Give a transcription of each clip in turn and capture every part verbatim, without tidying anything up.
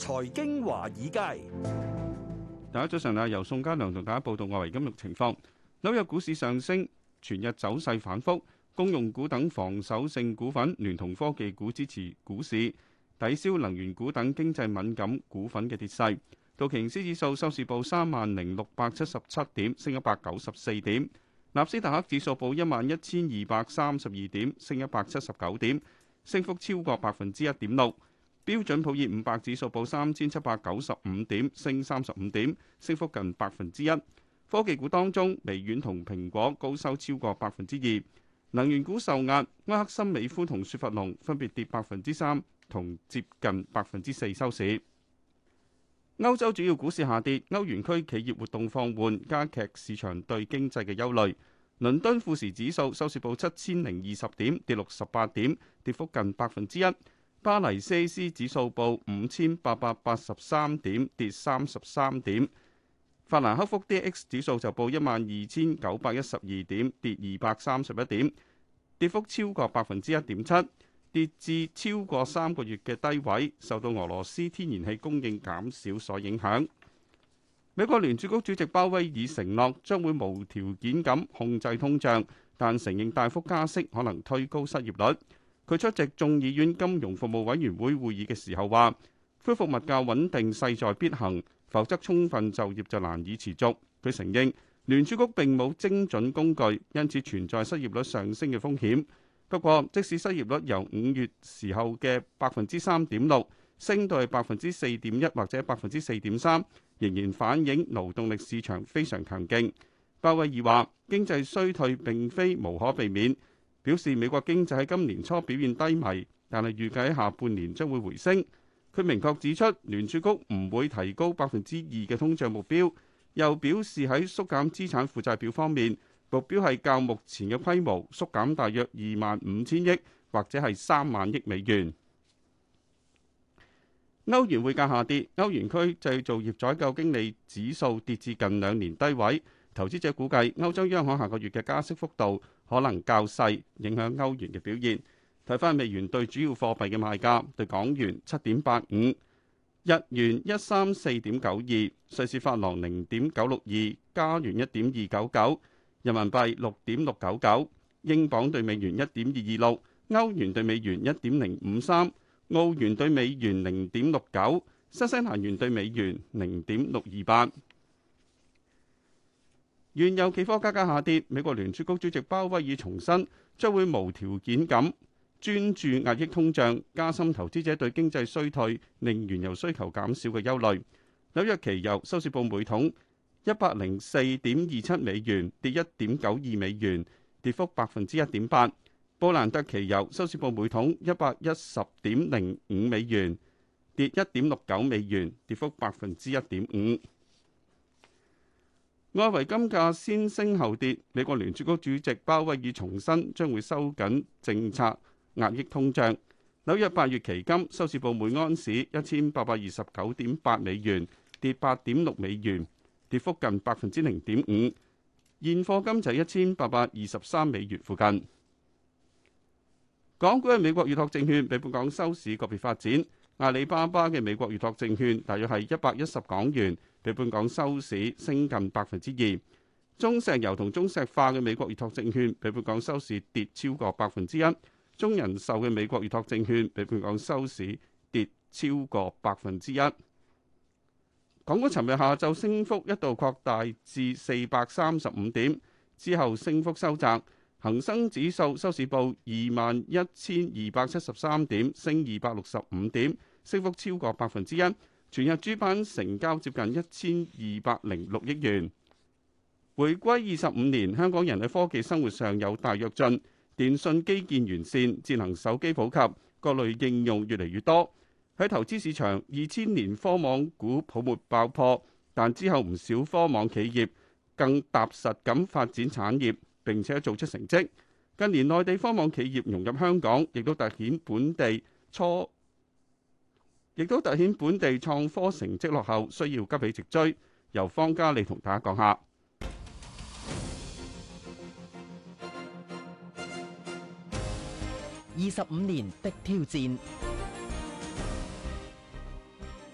財經華爾街， 大家早晨啊！由宋家良同大家報道外圍金融情況。紐約股市上升，全日走勢反覆，公用股等防守性股份聯同科技股支持股市，抵消能源股等經濟敏感股份嘅跌勢。道瓊斯指數收市報三萬零六百七十七點，升一百九十四點；納斯達克指數報一萬一千二百三十二點，升一百七十九點，升幅超過百分之一點六。標準普爾五百指數報三千七百九十五點，升三十五點，升幅近百分之一。科技股當中，微軟同蘋果高收超過百分之二。能源股受壓，埃克森美孚同雪佛龍分別跌百分之三同接近百分之四收市。歐洲主要股市下跌，歐元區企業活動放緩，加劇市場對經濟嘅憂慮。倫敦富時指數收市報七千零二十點，跌六十八點，跌幅近百分之一。巴黎 C A C 指數報五千八百八十三點，跌三十三點。法蘭克福 D A X 指數就報一萬二千九百一十二點，跌二百三十一點，跌幅超過百分之一點七。跌至超過三個月嘅低位，受到俄羅斯天然氣供應減少所影響。美國聯儲局主席鮑威爾承諾將會無條件咁控制通脹，但承認大幅加息可能推高失業率。佢出席眾議院金融服務委員會會議嘅時候話，恢復物價穩定勢在必行，否則充分就業就難以持續。佢承認聯儲局並冇精準工具，因此存在失業率上升嘅風險。不過，即使失業率由五月時候嘅百分之三點六升到係百分之四點一或者百分之四點三，仍然反映勞動力市場非常強勁。鮑威爾話：經濟衰退並非無可避免，表示美國經濟喺今年初表現低迷，但係預計喺下半年將會回升。佢明確指出，聯儲局唔會提高百分之二嘅通脹目標，又表示喺縮減資產負債表方面，目標係較目前嘅規模縮減大約二萬五千億或者係三萬億美元。歐元匯價下跌，歐元區製造業採購經理指數跌至近兩年低位。投資者估計歐洲央行下個月嘅加息幅度可能較細，影響歐元嘅表現。睇返美元對主要貨幣嘅賣價，對港元七點八五，日元一三四點九二，瑞士法郎零點九六二，加元一點二九九。人民幣六點六九九，英鎊對美元一點二二六，歐元對美元一點零五三，澳元對美元零點六九，新西蘭元對美元零點六二八。原油期貨價格下跌，美國聯儲局主席鮑威爾重申將會無條件咁專注壓抑通脹，加深投資者對經濟衰退令原油需求減少嘅憂慮。紐約期油收市報每桶一百零四點二七美元，跌一點九二美元，跌幅百分之一點八。布蘭特期油收市報每桶一百一十點零五美元，跌一點六九美元，跌幅百分之一點五。外圍金價先升後跌，美國聯儲局主席鮑威爾重申將會收緊政策壓抑通脹。紐約八月期金收市報每安士一千八百二十九點八美元，跌八點六美元，跌幅近百分之零點五，現貨金就一千八百二十三美元附近。港股嘅美國預託證券比本港收市個別發展，阿里巴巴嘅美國預託證券大約係一百一十港元，比本港收市升近百分之二。中石油同中石化嘅美國預託證券比本港收市跌超過百分之一。中人壽嘅美國預託證券比本港收市跌超過百分之一。港股尋日下晝升幅一度擴大至四百三十五點，之後升幅收窄。恒生指數收市報二萬一千二百七十三點，升二百六十五點，升幅超過百分之一。全日主板成交接近一千二百零六億元。回歸二十五年，香港人喺科技生活上有大躍進，電訊基建完善，智能手機普及，各類應用越嚟越多。喺投資市場，二千年科網股泡沫爆破，但之後唔少科網企業更踏實咁發展產業，並且做出成績。近年內地科網企業融入香港，亦都突顯本地初，亦都突顯本地創科成績落後，需要急起直追。由方嘉利同大家講下。 二十五年的挑戰。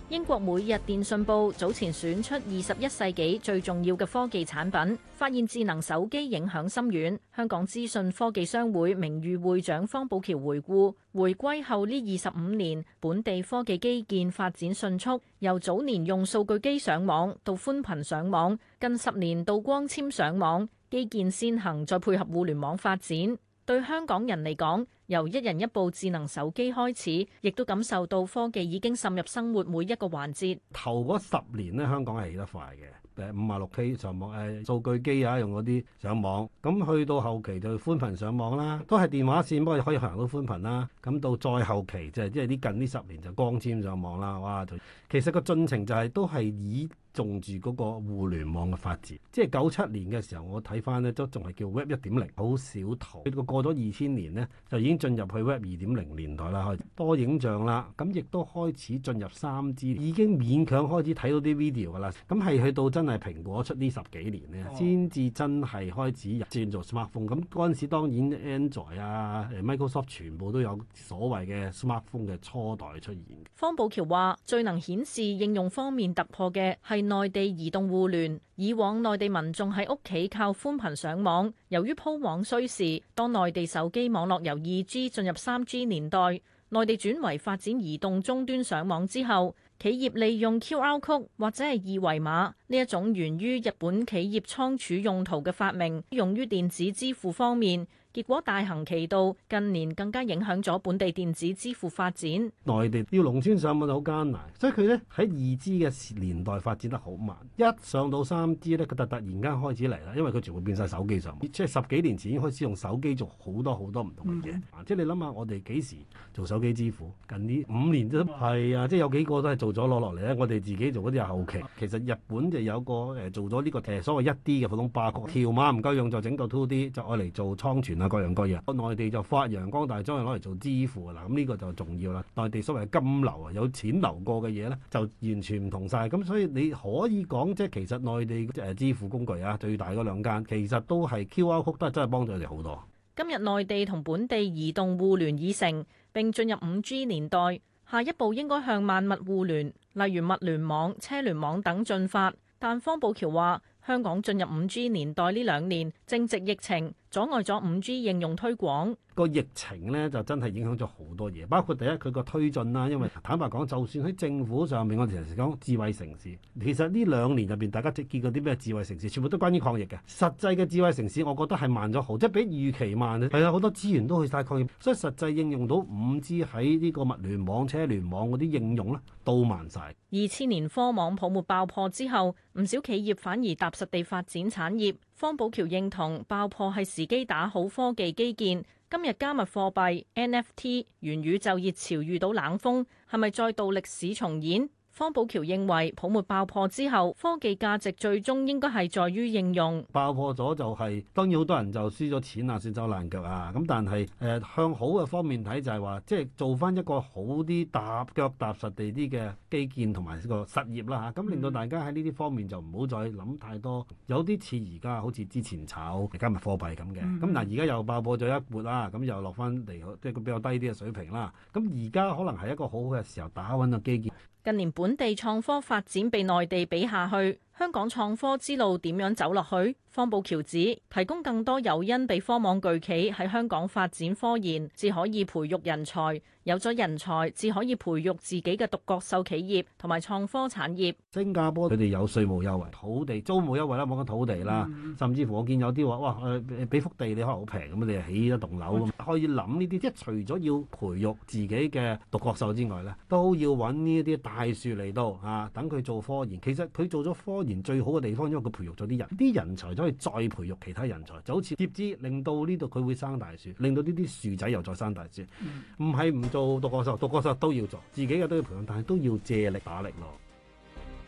英國每日電訊報早前選出二十一世紀最重要嘅科技產品，發現智能手機影響深遠。香港資訊科技商會名譽會長方保僑回顧，回歸後呢二十五年，本地科技基建發展迅速，由早年用數據機上網到寬頻上網，近十年到光纖上網，基建先行再配合互聯網發展。對香港人嚟講，由一人一部智能手機開始，亦都感受到科技已經滲入生活每一個環節。 頭嗰十年咧，香港係起得快嘅，誒五啊六 K 上網，誒數據機啊用嗰啲上網，咁去到後期就寬頻上網啦，都係電話線，不過可以行到寬頻啦。咁到再後期就係即係啲近呢十年就光纖上網啦，哇！就其實個進程就係、是、都係以重住嗰個互聯網嘅發展，即係九七年嘅時候，我睇翻咧都仲係叫 Web 一點零，好少圖。去到過咗二千年呢，就已經進入去 Web 二點零年代啦，開始多影像啦，咁亦都開始進入三 G，已經勉強開始睇到啲 video 噶啦。咁係去到真係蘋果出呢十幾年呢，先至真係開始入轉做 smartphone。咁嗰陣時當然 Android 啊、Microsoft 全部都有所謂嘅 smartphone 嘅初代出現。 方保僑話：最能顯示應用方面突破嘅係內地移動互聯。以往內地民眾喺屋企靠寬頻上網，由於鋪網需時，當內地手機網絡由二 G 進入三 G 年代，內地轉為發展移動終端上網之後，企業利用 Q R code 或者係二維碼呢一種源於日本企業倉儲用途嘅發明，用於電子支付方面。結果大行其道，近年更加影響咗本地電子支付發展。 內地要農村上網就好艱難，所以佢咧喺二 G 嘅年代發展得好慢。一上到三 G 咧，佢就突然間開始嚟啦，因為佢全部變晒手機上網。即係十幾年前已經開始用手機做好多好多唔同嘅嘢。嗯、即係你諗下，我哋幾時做手機支付？近呢五年都係啊，即係有幾個都係做咗攞落嚟咧。我哋自己做嗰啲係後期。其實日本就有個誒做咗呢個誒所謂一 D 嘅普通巴條碼唔夠用就整到 two D， 就愛嚟做倉存。各樣各樣，內地就發揚光大，將佢攞嚟做支付啦。咁呢個就重要啦。內地所謂嘅金流啊，有錢流過嘅嘢咧，就完全唔同晒。咁所以你可以講，即係其實內地誒支付工具啊，最大嗰兩間其實都係 Q R code，都係真係幫咗佢哋好多。 今日內地同本地移動互聯已成，並進入五 G 年代，下一步應該向萬物互聯，例如物聯網、車聯網等進發。但方保僑話，香港進入五 G 年代呢兩年正值疫情，阻礙咗五 G 應用推廣。 個疫情咧就真係影響咗好多嘢，包括第一佢個推進啦。因為坦白講，就算喺政府上面，我哋成日講智慧城市，其實呢兩年入邊大家即見過啲咩智慧城市，全部都關於抗疫嘅。實際嘅智慧城市，我覺得係慢咗好，即係比預期慢。係啊，好多資源都去晒抗疫，所以實際應用到五 G 喺呢個物聯網、車聯網嗰啲應用咧，都慢晒。 二千年科網泡沫爆破之後，唔少企業反而踏實地發展產業。方保僑認同爆破係時機打好科技基建。今日加密貨幣、N F T、元宇宙熱潮遇到冷風，係咪再度歷史重演？方保僑認為泡沫爆破之後，科技價值最終應該係在於應用。 爆破咗就係、是、當然好多人就輸咗錢啊，損手爛腳啊。咁但係誒、呃、向好嘅方面睇就係話，即係做翻一個好啲踏腳踏實地啲嘅基建同埋個實業啦嚇。咁、啊、令到大家喺呢啲方面就唔好再諗太多。有啲似而家好似之前炒加密貨幣咁嘅。咁嗱而家又爆破咗一撥啦，咁又落翻嚟即係個比較低啲嘅水平啦。咁而家可能係一個好好嘅時候打穩個基建。 近年本地創科發展被內地比下去，香港創科之路點樣走落去？方保僑指提供更多誘因俾科網巨企喺香港發展科研，至可以培育人才。有咗人才，至可以培育自己嘅獨角獸企業同埋創科產業。 新加坡佢哋有稅務優惠、土地租務優惠啦，冇講土地啦，嗯、甚至乎我見有啲話，哇誒俾幅地你可能好平咁，你就起一棟樓咁，可以諗呢啲。即係除咗要培育自己嘅獨角獸之外咧，都要揾呢啲大樹嚟到啊，等佢做科研。其實佢做咗科研最好嘅地方，因為佢培育咗啲人，啲人才就可以再培育其他人才，就好似接枝令到呢度佢會生大樹，令到呢啲樹仔又再生大樹。唔係唔做獨角獸，獨角獸都要做，自己嘅都要培養，但係都要借力打力咯。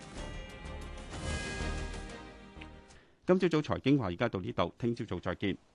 今朝早財經話而家到呢度，聽朝早再見。